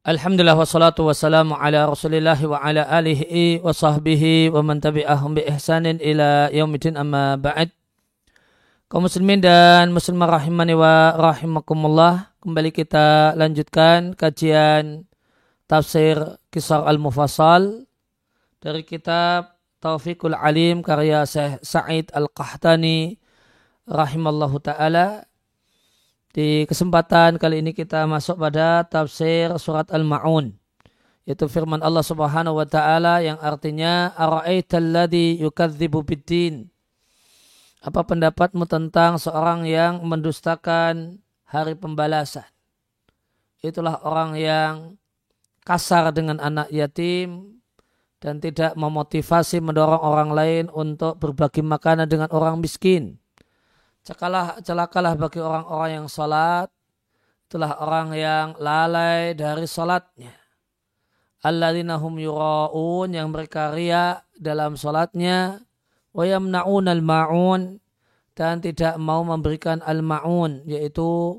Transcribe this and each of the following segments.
Alhamdulillah wassalatu wassalamu ala rasulillah wa ala alihi wa sahbihi wa man tabi'ahum bi ihsanin ila yaumidin amma ba'd. Kaum muslimin dan muslimah rahimani wa rahimakumullah, kembali kita lanjutkan kajian tafsir Qisar al-Mufassal dari kitab Taufiqul Alim karya Syekh Sa'id Al-Qahtani rahimallahu ta'ala. Di kesempatan kali ini kita masuk pada tafsir surat Al-Ma'un, yaitu firman Allah Subhanahu wa taala yang artinya ara'aital ladzi yukadzibu biddin. Apa pendapatmu tentang seorang yang mendustakan hari pembalasan? Itulah orang yang kasar dengan anak yatim dan tidak memotivasi mendorong orang lain untuk berbagi makanan dengan orang miskin. Celakalah bagi orang-orang yang salat, itulah orang yang lalai dari salatnya. Alladzina hum yura'un, yang mereka riya dalam salatnya, wa yamna'un al-ma'un, dan tidak mau memberikan al-ma'un, yaitu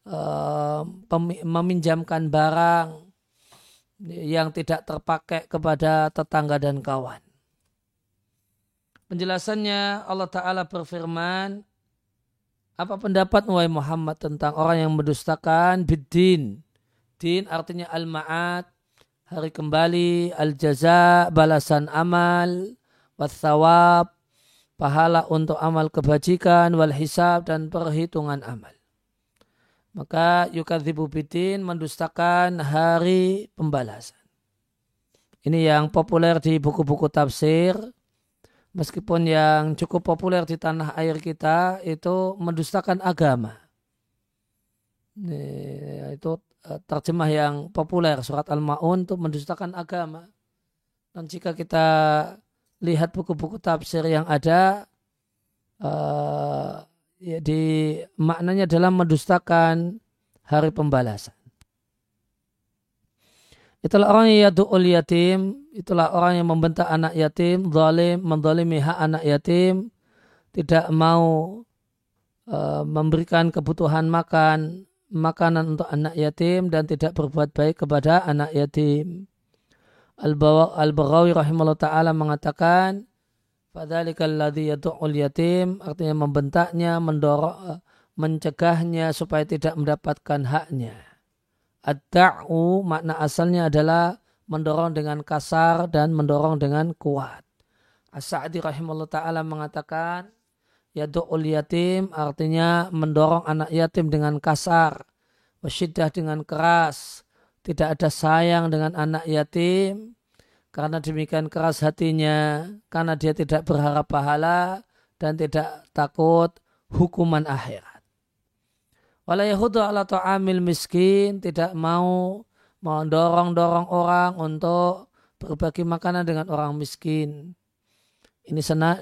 meminjamkan barang yang tidak terpakai kepada tetangga dan kawan. Penjelasannya, Allah Ta'ala berfirman, apa pendapat wahai Muhammad tentang orang yang mendustakan biddin? Din artinya al-ma'ad, hari kembali, al-jaza, balasan amal, wathawab, pahala untuk amal kebajikan, wal hisab, dan perhitungan amal. Maka yukadzibu biddin, mendustakan hari pembalasan. Ini yang populer di buku-buku tafsir. Meskipun yang cukup populer di tanah air kita itu mendustakan agama. Itu terjemah yang populer surat Al-Ma'un itu mendustakan agama. Dan jika kita lihat buku-buku tafsir yang ada, di maknanya adalah mendustakan hari pembalasan. Itulah orang yang yadu'ul yatim, itulah orang yang membentak anak yatim, zalim, menzalimi hak anak yatim, tidak mau memberikan kebutuhan makanan untuk anak yatim, dan tidak berbuat baik kepada anak yatim. Al-Baghawi rahimahullah ta'ala mengatakan, fadzalikal ladzi yadu'ul yatim, artinya membentaknya, mendorong, mencegahnya supaya tidak mendapatkan haknya. Ad-da'u makna asalnya adalah mendorong dengan kasar dan mendorong dengan kuat. As-Sa'di rahimahullah ta'ala mengatakan yadu'ul yatim artinya mendorong anak yatim dengan kasar, wasyiddah dengan keras, tidak ada sayang dengan anak yatim karena demikian keras hatinya, karena dia tidak berharap pahala dan tidak takut hukuman akhirat. Wala yahudu ala ta'amil miskin, tidak mau mendorong-dorong orang untuk berbagi makanan dengan orang miskin. Ini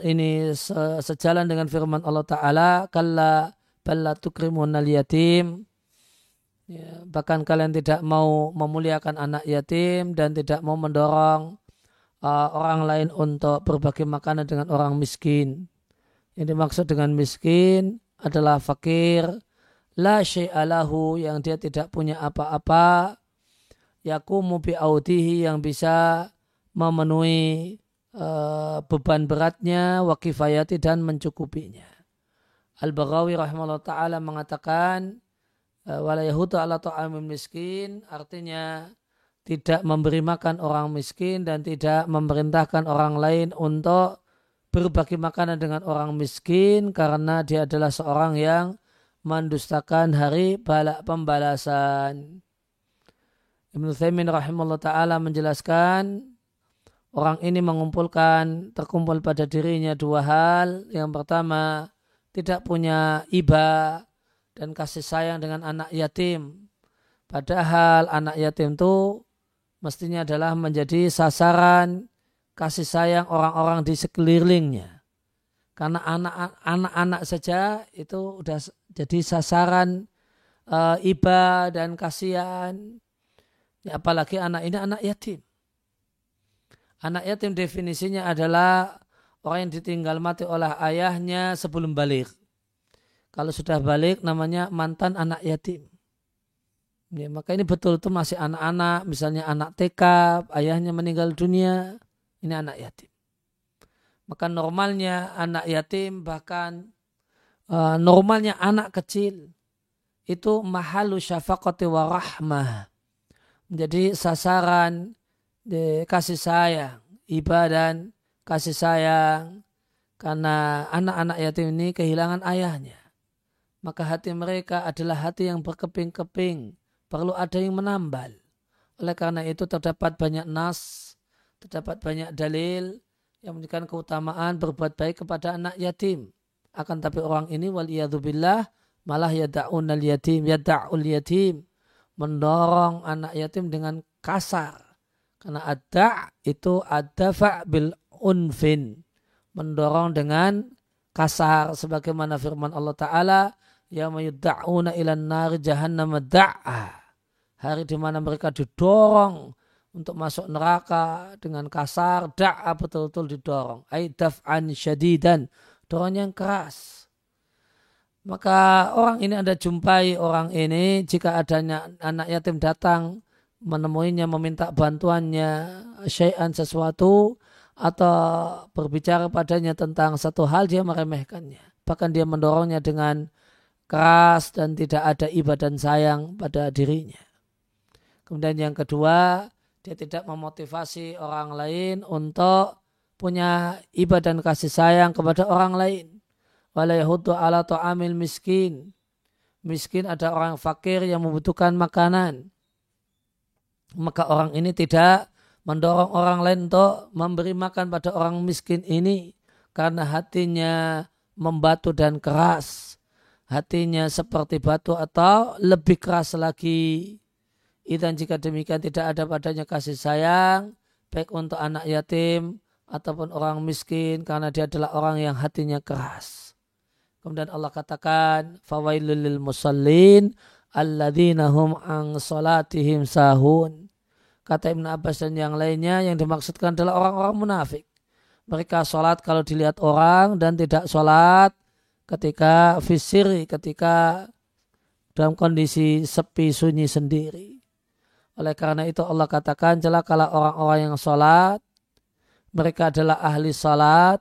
sejalan dengan firman Allah Ta'ala, kalla balla tukrimunal yatim. Ya, bahkan kalian tidak mau memuliakan anak yatim dan tidak mau mendorong orang lain untuk berbagi makanan dengan orang miskin. Yang dimaksud dengan miskin adalah fakir, la syai'alahu, yang dia tidak punya apa-apa, yakumu bi'audihi, yang bisa memenuhi beban beratnya, wa kifayati, dan mencukupinya. Al-Baghawi rahimahullah ta'ala mengatakan wala yahudu ala ta'amil miskin, artinya tidak memberi makan orang miskin dan tidak memerintahkan orang lain untuk berbagi makanan dengan orang miskin karena dia adalah seorang yang mendustakan hari pembalasan. Ibnu Utsaimin rahimahullah ta'ala menjelaskan orang ini terkumpul pada dirinya dua hal. Yang pertama, tidak punya iba dan kasih sayang dengan anak yatim. Padahal anak yatim itu mestinya adalah menjadi sasaran kasih sayang orang-orang di sekelilingnya. Karena anak-anak saja itu sudah jadi sasaran iba dan kasihan. Ya, apalagi anak ini anak yatim. Anak yatim definisinya adalah orang yang ditinggal mati oleh ayahnya sebelum balik. Kalau sudah balik namanya mantan anak yatim. Ya, maka ini betul-betul masih anak-anak, misalnya anak TK, ayahnya meninggal dunia, ini anak yatim. Maka normalnya anak yatim, bahkan normalnya anak kecil, itu mahalu syafaqati wa rahmah. Menjadi sasaran kasih sayang, iba dan kasih sayang. Karena anak-anak yatim ini kehilangan ayahnya. Maka hati mereka adalah hati yang berkeping-keping. Perlu ada yang menambal. Oleh karena itu terdapat banyak nas, terdapat banyak dalil yang menunjukkan keutamaan berbuat baik kepada anak yatim. Akan tapi orang ini waliyadzubillah malah yada'ul yatim, mendorong anak yatim dengan kasar. Karena ada itu ad-dafa' bil unfin, mendorong dengan kasar, sebagaimana firman Allah Ta'ala, yauma yudda'una ilan nari jahannam da'a, hari di mana mereka didorong untuk masuk neraka dengan kasar, da'a betul-betul didorong, ay daf'an syadidan, dorong yang keras. Maka orang ini Anda jumpai orang ini jika adanya anak yatim datang menemuinya, meminta bantuannya syai'an sesuatu atau berbicara padanya tentang satu hal, dia meremehkannya. Bahkan dia mendorongnya dengan keras dan tidak ada iba dan sayang pada dirinya. Kemudian yang kedua, dia tidak memotivasi orang lain untuk punya iba dan kasih sayang kepada orang lain. Wala yahuddu ala ta'amil miskin. Miskin ada orang fakir yang membutuhkan makanan. Maka orang ini tidak mendorong orang lain untuk memberi makan pada orang miskin ini karena hatinya membatu dan keras. Hatinya seperti batu atau lebih keras lagi. Dan jika demikian tidak ada padanya kasih sayang baik untuk anak yatim ataupun orang miskin karena dia adalah orang yang hatinya keras. Kemudian Allah katakan fawailul lil musallin alladzina hum an salatihim sahun. Kata Ibn Abbas dan yang lainnya, yang dimaksudkan adalah orang-orang munafik. Mereka sholat kalau dilihat orang dan tidak sholat ketika fisiri, ketika dalam kondisi sepi sunyi sendiri. Oleh karena itu Allah katakan celakalah orang-orang yang sholat, mereka adalah ahli sholat,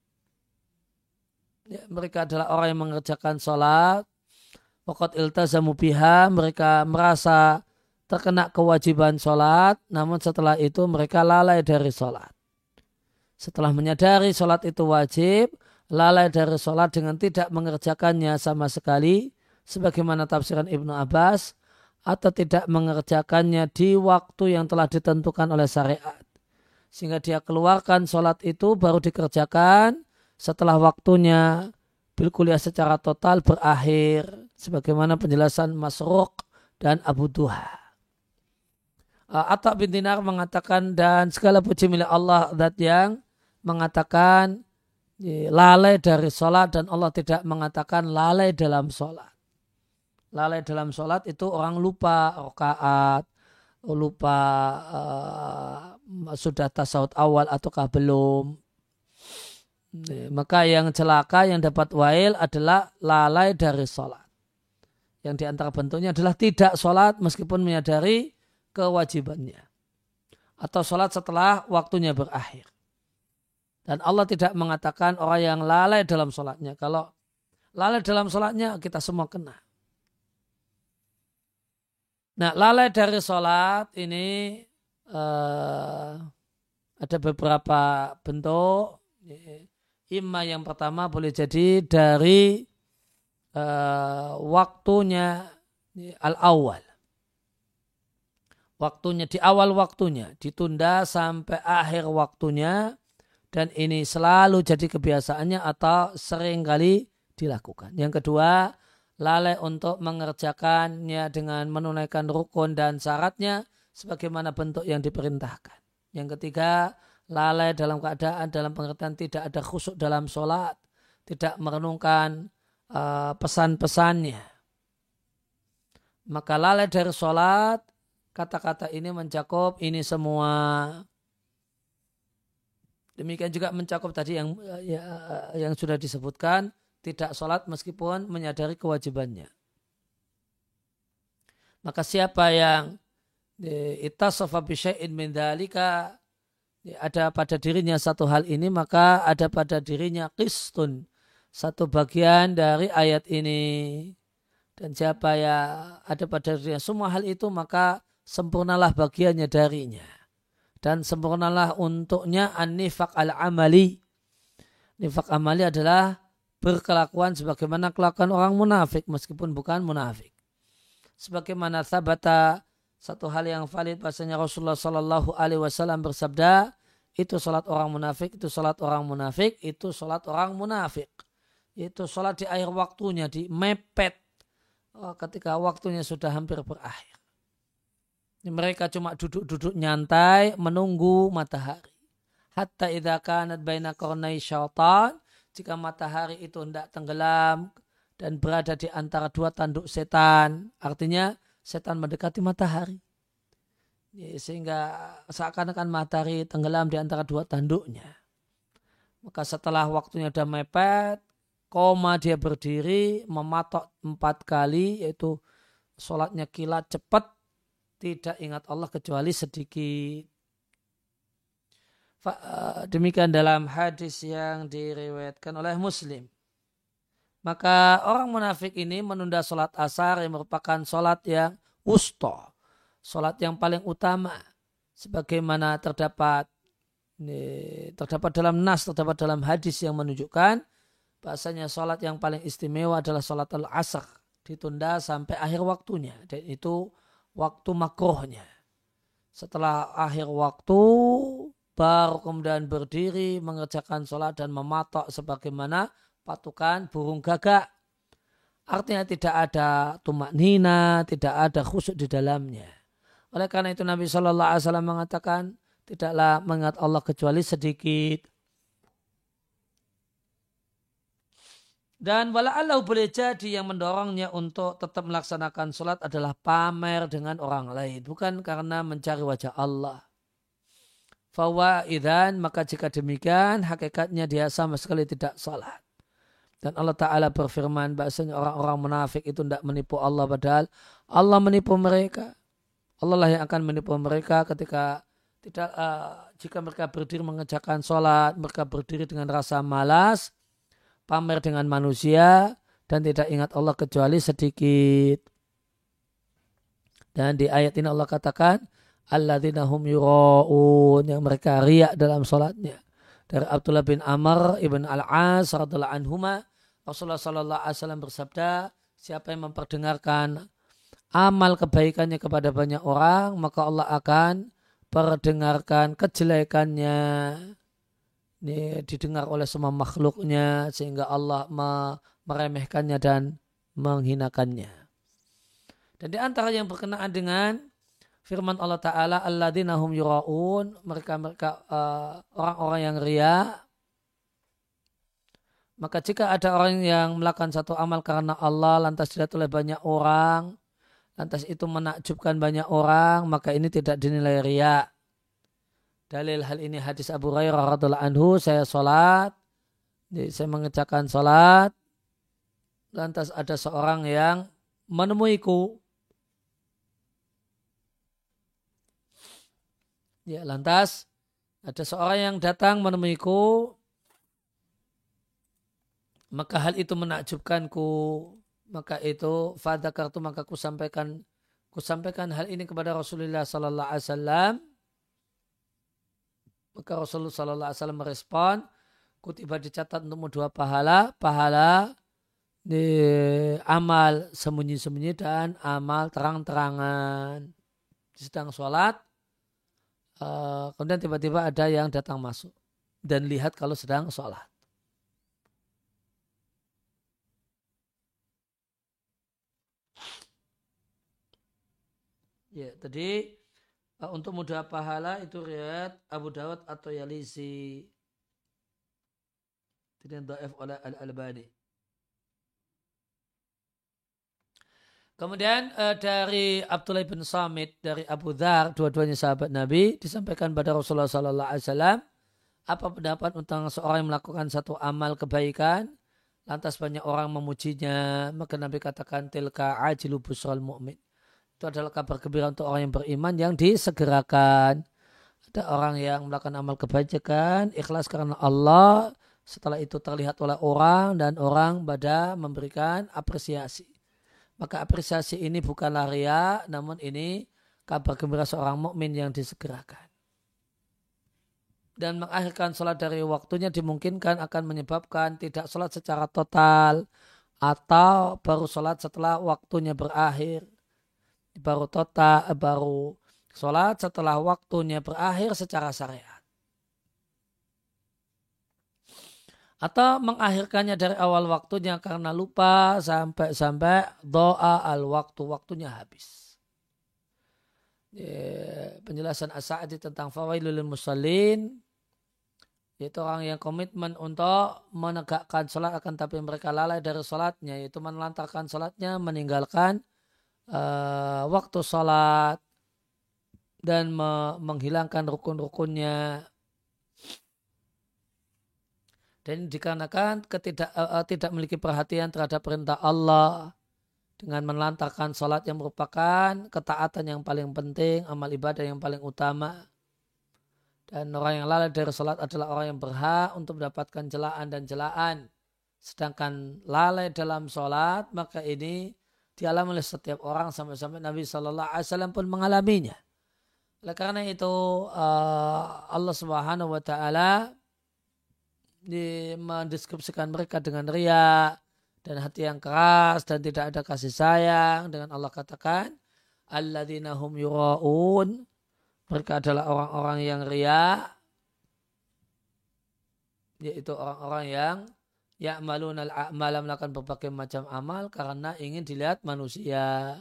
ya, mereka adalah orang yang mengerjakan sholat, waqad iltazamu biha, mereka merasa terkena kewajiban sholat, namun setelah itu mereka lalai dari sholat. Setelah menyadari sholat itu wajib, lalai dari sholat dengan tidak mengerjakannya sama sekali, sebagaimana tafsiran Ibnu Abbas, atau tidak mengerjakannya di waktu yang telah ditentukan oleh syariat. Sehingga dia keluarkan sholat itu baru dikerjakan setelah waktunya bil kuliah secara total berakhir, sebagaimana penjelasan Masruq dan Abu Duha. Atta bin Dinar mengatakan, dan segala puji milik Allah zat yang mengatakan lalai dari sholat, dan Allah tidak mengatakan lalai dalam sholat. Lalai dalam sholat itu orang lupa rakaat, lupa sudah tasawuf awal ataukah belum. Maka yang celaka, yang dapat wail adalah lalai dari sholat. Yang diantara bentuknya adalah tidak sholat meskipun menyadari kewajibannya. Atau sholat setelah waktunya berakhir. Dan Allah tidak mengatakan orang yang lalai dalam sholatnya. Kalau lalai dalam sholatnya kita semua kena. Nah, lalai dari sholat ini ada beberapa bentuk. Imma yang pertama boleh jadi dari waktunya al-awwal. Waktunya di awal waktunya, ditunda sampai akhir waktunya, dan ini selalu jadi kebiasaannya atau sering kali dilakukan. Yang kedua, lalai untuk mengerjakannya dengan menunaikan rukun dan syaratnya sebagaimana bentuk yang diperintahkan. Yang ketiga, lalai dalam keadaan dalam pengertian tidak ada khusyuk dalam sholat, tidak merenungkan pesan-pesannya. Maka lalai dari sholat, kata-kata ini mencakup ini semua. Demikian juga mencakup tadi yang sudah disebutkan, tidak sholat meskipun menyadari kewajibannya. Maka siapa yang ittasafa bi syai'in min dzalika, ada pada dirinya satu hal ini, maka ada pada dirinya qistun, satu bagian dari ayat ini. Dan siapa yang ada pada dirinya semua hal itu, maka sempurnalah bagiannya darinya. Dan sempurnalah untuknya an-nifaq al-amali. Nifaq amali adalah berkelakuan sebagaimana kelakuan orang munafik meskipun bukan munafik. Sebagaimana sabata, satu hal yang valid bahasanya Rasulullah Sallallahu Alaihi Wasallam bersabda, itu salat orang munafik, itu salat orang munafik, itu salat orang munafik. Itu salat di akhir waktunya, di mepet ketika waktunya sudah hampir berakhir. Mereka cuma duduk-duduk nyantai menunggu matahari. Hatta idza kanat baina qarnai syaitan, jika matahari itu hendak tenggelam dan berada di antara dua tanduk setan, artinya setan mendekati matahari. Sehingga seakan-akan matahari tenggelam di antara dua tanduknya. Maka setelah waktunya sudah mepet, koma dia berdiri, mematok 4 kali, yaitu sholatnya kilat cepat, tidak ingat Allah kecuali sedikit. Demikian dalam hadis yang diriwayatkan oleh Muslim. Maka orang munafik ini menunda sholat asar yang merupakan sholat yang wusta, sholat yang paling utama. Sebagaimana terdapat dalam nas, terdapat dalam hadis yang menunjukkan bahasanya sholat yang paling istimewa adalah sholat al-asr, ditunda sampai akhir waktunya, dan itu waktu makruhnya. Setelah akhir waktu baru kemudian berdiri mengerjakan sholat dan mematok sebagaimana patukan burung gagak. Artinya tidak ada tumak nina, tidak ada khusyuk di dalamnya. Oleh karena itu Nabi SAW mengatakan tidaklah mengingat Allah kecuali sedikit. Dan wala'allahu boleh jadi yang mendorongnya untuk tetap melaksanakan sholat adalah pamer dengan orang lain. Bukan karena mencari wajah Allah. Fawaidan, maka jika demikian hakikatnya dia sama sekali tidak sholat. Dan Allah Ta'ala berfirman bahasanya orang-orang munafik itu tidak menipu Allah, padahal Allah menipu mereka. Allah lah yang akan menipu mereka ketika jika mereka berdiri mengerjakan sholat, mereka berdiri dengan rasa malas, pamer dengan manusia, dan tidak ingat Allah kecuali sedikit. Dan di ayat ini Allah katakan, alladzina hum yura'un, yang mereka riak dalam sholatnya. Dari Abdullah bin Amr ibn al-As radhiyallahu anhuma, Rasulullah sallallahu alaihi wasallam bersabda, siapa yang memperdengarkan amal kebaikannya kepada banyak orang, maka Allah akan perdengarkan kejelekannya. Ini didengar oleh semua makhluknya sehingga Allah meremehkannya dan menghinakannya. Dan di antara yang berkenaan dengan firman Allah Ta'ala, alladzina hum yura'un, mereka orang-orang yang riya. Maka jika ada orang yang melakukan satu amal karena Allah lantas dilihat oleh banyak orang, lantas itu menakjubkan banyak orang, maka ini tidak dinilai riya. Dalil hal ini hadis Abu Hurairah radhiallahu anhu, saya mengerjakan sholat, lantas ada seorang yang menemuiku. Ya, lantas ada seorang yang datang menemuiku, maka hal itu menakjubkanku, maka itu fadzakartu, maka kusampaikan hal ini kepada Rasulullah sallallahu alaihi wasallam. Maka Rasulullah sallallahu alaihi wasallam merespon, kutiba dicatat untukmu 2 pahala di amal sembunyi-sembunyi dan amal terang-terangan. Sedang sholat, kemudian tiba-tiba ada yang datang masuk dan lihat kalau sedang sholat. Ya, tadi untuk mudah pahala itu riwayat Abu Dawud atau Yalisi, tidak dhaif oleh Al-Albani. Kemudian dari Abdullah bin Samit, dari Abu Dzar, dua-duanya sahabat Nabi, disampaikan pada Rasulullah sallallahu alaihi wasallam, apa pendapat tentang seorang yang melakukan satu amal kebaikan, lantas banyak orang memujinya, maka Nabi katakan tilka ajilu busral mu'min. itu adalah kabar gembira untuk orang yang beriman yang disegerakan. Ada orang yang melakukan amal kebajikan, ikhlas karena Allah, setelah itu terlihat oleh orang dan orang pada memberikan apresiasi. Maka apresiasi ini bukanlah riya, namun ini kabar gembira seorang mukmin yang disegerakan. Dan mengakhirkan sholat dari waktunya dimungkinkan akan menyebabkan tidak sholat secara total atau baru sholat setelah waktunya berakhir. Baru sholat setelah waktunya berakhir secara syariat. Atau mengakhirkannya dari awal waktunya karena lupa sampai doa waktunya habis. Penjelasan As-Sa'di tentang fawailul musallin, yaitu orang yang komitmen untuk menegakkan sholat akan tapi mereka lalai dari sholatnya, yaitu menelantarkan sholatnya, meninggalkan waktu sholat dan menghilangkan rukun-rukunnya. Dan dikarenakan tidak memiliki perhatian terhadap perintah Allah dengan menelantarkan sholat yang merupakan ketaatan yang paling penting, amal ibadah yang paling utama. Dan orang yang lalai dari sholat adalah orang yang berhak untuk mendapatkan celaan dan celaan. Sedangkan lalai dalam sholat, maka ini dialami oleh setiap orang sampai-sampai Nabi SAW pun mengalaminya. Oleh karena itu Allah Subhanahu wa Ta'ala mendeskripsikan mereka dengan riya dan hati yang keras dan tidak ada kasih sayang. Dengan Allah katakan, alladzina hum yura'un, mereka adalah orang-orang yang riya, yaitu orang-orang yang ya'malunal a'mala, melakukan berbagai macam amal karena ingin dilihat manusia.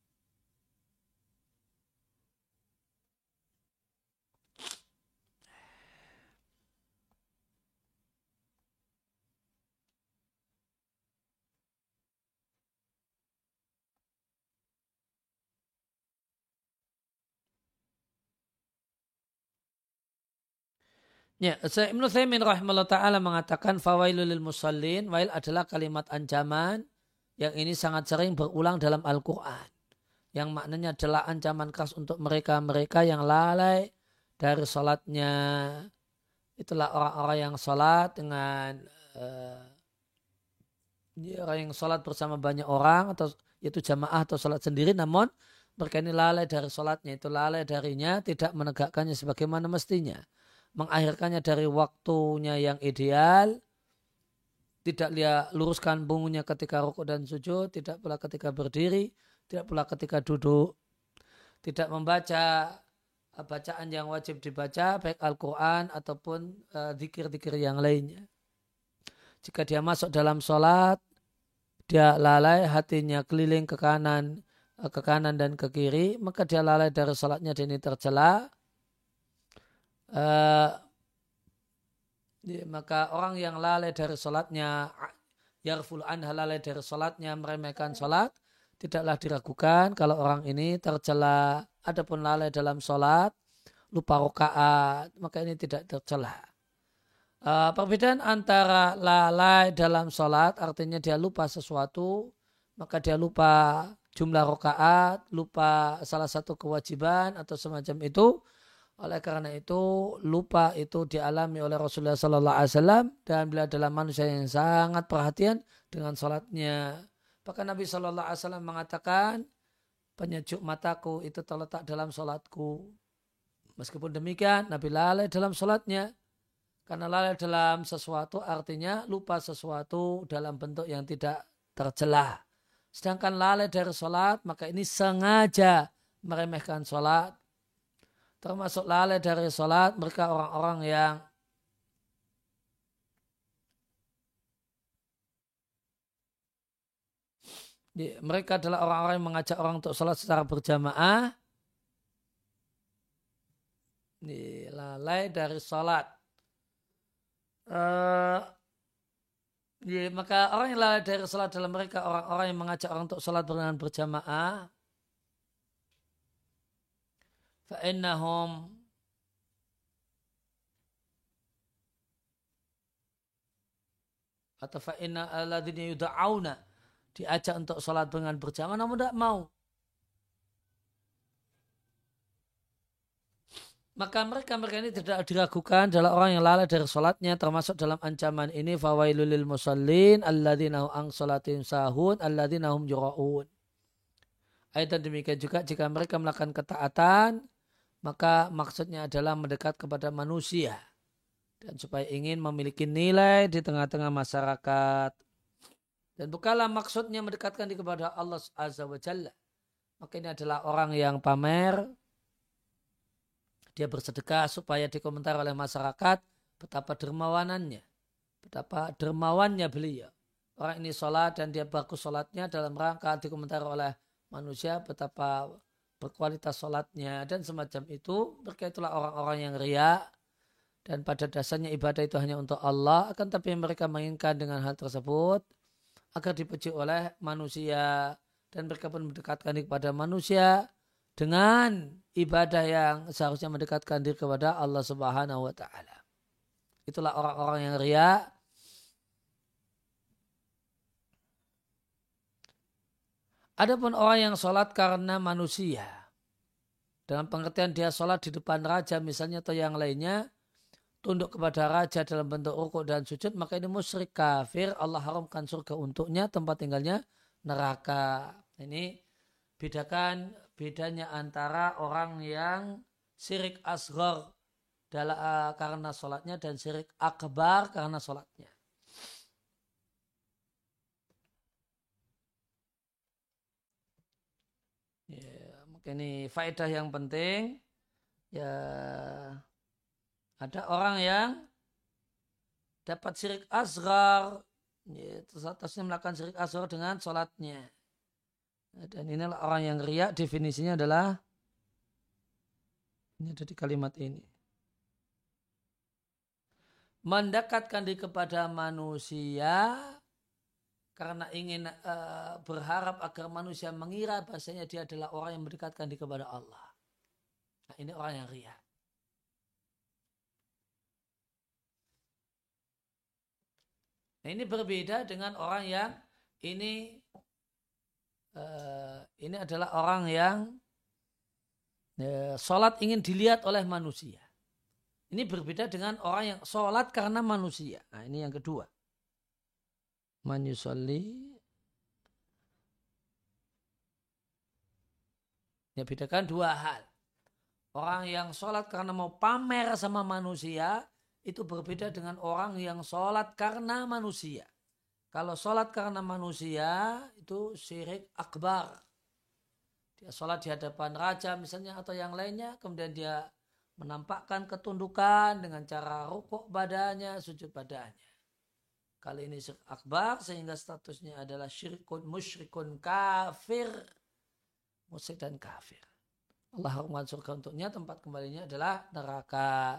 Ya, Ibnu Utsaimin rahimahullah ta'ala mengatakan fawailul lil musallin, wail adalah kalimat ancaman yang ini sangat sering berulang dalam Al-Quran. Yang maknanya adalah ancaman keras untuk mereka-mereka yang lalai dari sholatnya. Itulah orang-orang yang sholat dengan orang yang sholat bersama banyak orang, atau yaitu jamaah atau sholat sendiri, namun mereka ini lalai dari sholatnya. Itu lalai darinya, tidak menegakkannya sebagaimana mestinya. Mengakhirkannya dari waktunya yang ideal, tidak luruskan punggungnya ketika rukuk dan sujud, tidak pula ketika berdiri, tidak pula ketika duduk, tidak membaca bacaan yang wajib dibaca, baik Al-Quran ataupun zikir-zikir yang lainnya. Jika dia masuk dalam sholat, dia lalai, hatinya keliling ke kanan dan ke kiri, maka dia lalai dari sholatnya dan ini tercela. Maka orang yang lalai dari sholatnya, yarful anha, lalai dari sholatnya, meremehkan sholat, tidaklah diragukan kalau orang ini tercela. Adapun lalai dalam sholat, lupa rakaat, maka ini tidak tercela. Perbedaan antara lalai dalam sholat, artinya dia lupa sesuatu, maka dia lupa jumlah rakaat, lupa salah satu kewajiban atau semacam itu. Oleh karena itu, lupa itu dialami oleh Rasulullah Sallallahu Alaihi Wasallam, dan beliau adalah manusia yang sangat perhatian dengan sholatnya. Bahkan Nabi Sallallahu Alaihi Wasallam mengatakan, penyejuk mataku itu terletak dalam sholatku. Meskipun demikian, Nabi lalai dalam sholatnya. Karena lalai dalam sesuatu artinya lupa sesuatu dalam bentuk yang tidak tercela. Sedangkan lalai dari sholat, maka ini sengaja meremehkan sholat. Termasuk lalai dari sholat mereka orang-orang yang mereka adalah orang-orang yang mengajak orang untuk sholat secara berjamaah. Lalai dari sholat. Maka orang yang lalai dari sholat dalam mereka orang-orang yang mengajak orang untuk sholat dengan berjamaah. Fa'innahum atau fa'inna alladzina yuda'auna, diajak untuk sholat dengan berjamaah namun tidak mau. Maka mereka ini tidak diragukan adalah orang yang lalai dari sholatnya, termasuk dalam ancaman ini fawailul lil musallin alladzina hum an sholatim sahun alladzina hum yura'un. Ayat demikian juga jika mereka melakukan ketaatan, maka maksudnya adalah mendekat kepada manusia dan supaya ingin memiliki nilai di tengah-tengah masyarakat. Dan bukanlah maksudnya mendekatkan diri kepada Allah Azza wa Jalla. Maka ini adalah orang yang pamer. Dia bersedekah supaya dikomentar oleh masyarakat betapa dermawanannya. Betapa dermawannya beliau. Orang ini sholat dan dia bagus sholatnya dalam rangka dikomentar oleh manusia betapa berkualitas sholatnya. Dan semacam itu. Mereka itulah orang-orang yang riya. Dan pada dasarnya ibadah itu hanya untuk Allah. Akan tapi mereka menginginkan dengan hal tersebut agar dipuji oleh manusia. Dan mereka pun mendekatkan diri kepada manusia dengan ibadah yang seharusnya mendekatkan diri kepada Allah Subhanahu wa taala. Itulah orang-orang yang riya. Adapun orang yang sholat karena manusia, dalam pengertian dia sholat di depan raja misalnya atau yang lainnya, tunduk kepada raja dalam bentuk rukuk dan sujud, maka ini musyrik kafir. Allah haramkan surga untuknya, tempat tinggalnya neraka. Ini bedanya antara orang yang syirik asghar karena sholatnya dan syirik akbar karena sholatnya. Ya, mungkin ini faedah yang penting. Ya, ada orang yang dapat syirik asghar, ya, terus atasnya melakukan syirik asghar dengan sholatnya. Dan inilah orang yang riya, definisinya adalah ini ada di kalimat ini. Mendekatkan diri kepada manusia karena ingin berharap agar manusia mengira bahasanya dia adalah orang yang mendekatkan diri kepada Allah. Nah, ini orang yang riya. Nah, ini berbeda dengan orang yang ini adalah orang yang sholat ingin dilihat oleh manusia. Ini berbeda dengan orang yang sholat karena manusia. Nah, ini yang kedua. Man yusolli. Ya, bedakan dua hal. Orang yang sholat karena mau pamer sama manusia, itu berbeda dengan orang yang sholat karena manusia. Kalau sholat karena manusia itu syirik akbar. Dia sholat di hadapan raja misalnya atau yang lainnya. Kemudian dia menampakkan ketundukan dengan cara rukuk badannya, sujud badannya. Kali ini syirik akbar sehingga statusnya adalah syirikun musyrikun kafir. Musyrik dan kafir. Allah haramkan surga untuknya, tempat kembalinya adalah neraka.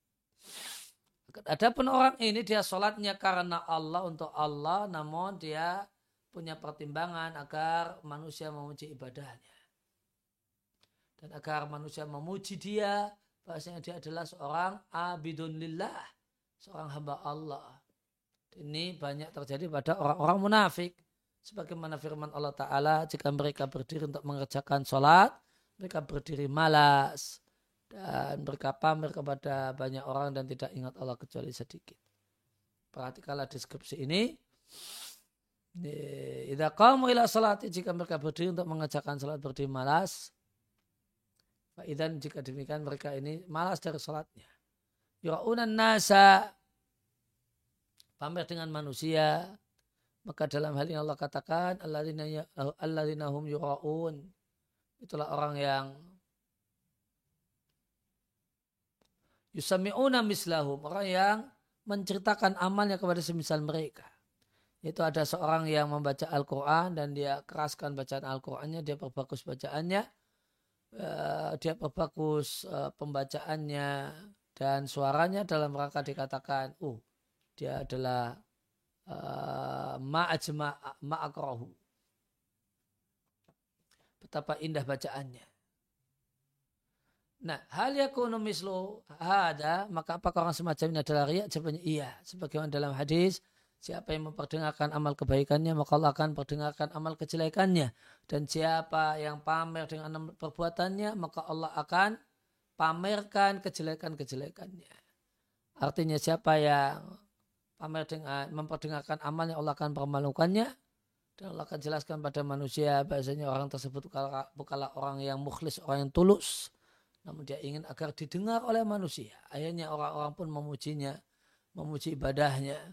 Adapun orang ini dia sholatnya karena Allah untuk Allah, namun dia punya pertimbangan agar manusia memuji ibadahnya. Dan agar manusia memuji dia, bahasanya dia adalah seorang abidun lillah, seorang hamba Allah. Ini banyak terjadi pada orang-orang munafik. Sebagaimana firman Allah Ta'ala, jika mereka berdiri untuk mengerjakan sholat, mereka berdiri malas. Dan mereka pamer kepada banyak orang dan tidak ingat Allah kecuali sedikit. Perhatikanlah deskripsi ini. Idza qamu ila salati, jika mereka berdiri untuk mengerjakan salat berdiri malas. Fa idzan, jika demikian mereka ini malas dari salatnya. Yura'unan nasa, pamer dengan manusia. Maka dalam hal ini Allah katakan alladzina hum yura'un. Itulah orang yang yusami'una mislahum, orang yang menceritakan amalnya kepada semisal mereka. Itu ada seorang yang membaca Al-Quran dan dia keraskan bacaan Al-Qurannya, dia perbagus bacaannya, dia perbagus pembacaannya dan suaranya dalam rangka dikatakan, dia adalah ma'akrahu. Betapa indah bacaannya. Nah, hal yakunu mislu hada, maka apakah orang semacam ini adalah riya? Jawabannya iya. Sebagaimana dalam hadis, siapa yang memperdengarkan amal kebaikannya, maka Allah akan perdengarkan amal kejelekannya. Dan siapa yang pamer dengan perbuatannya, maka Allah akan pamerkan kejelekan-kejelekannya. Artinya siapa yang pamer dengan memperdengarkan amalnya, Allah akan permalukannya dan Allah akan jelaskan pada manusia bahasanya orang tersebut bukanlah orang yang mukhlis, orang yang tulus, namun dia ingin agar didengar oleh manusia. Akhirnya orang-orang pun memujinya, memuji ibadahnya.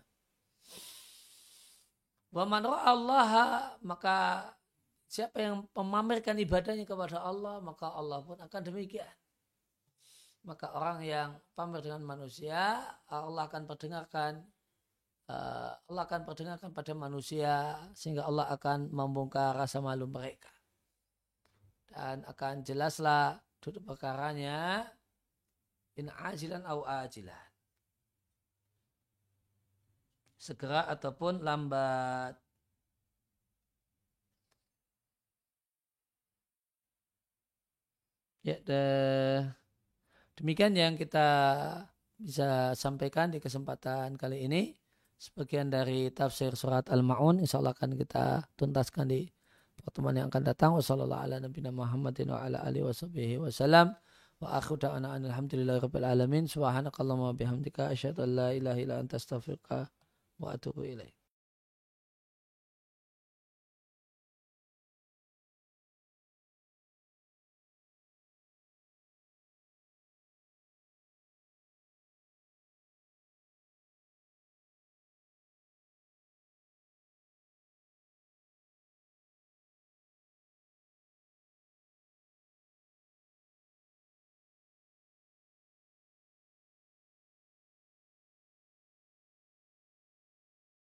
Wa man Allah, maka siapa yang memamerkan ibadahnya kepada Allah, maka Allah pun akan demikian. Maka orang yang pamer dengan manusia, Allah akan perdengarkan pada manusia sehingga Allah akan membongkar rasa malu mereka. Dan akan jelaslah duduk perkaranya in ajilan au ajilan. Segera ataupun lambat. Ya, demikian yang kita bisa sampaikan di kesempatan kali ini. Sebagian dari tafsir surat Al-Ma'un insyaallah akan kita tuntaskan di pertemuan yang akan datang. Wassalamualaikum warahmatullahi wabarakatuh. Wa akhiru da'wana alhamdulillahirabbil alamin. Subhanakallahumma wa bihamdika asyhadu an la ilaha illa anta astaghfiruka wa atubu ilaik.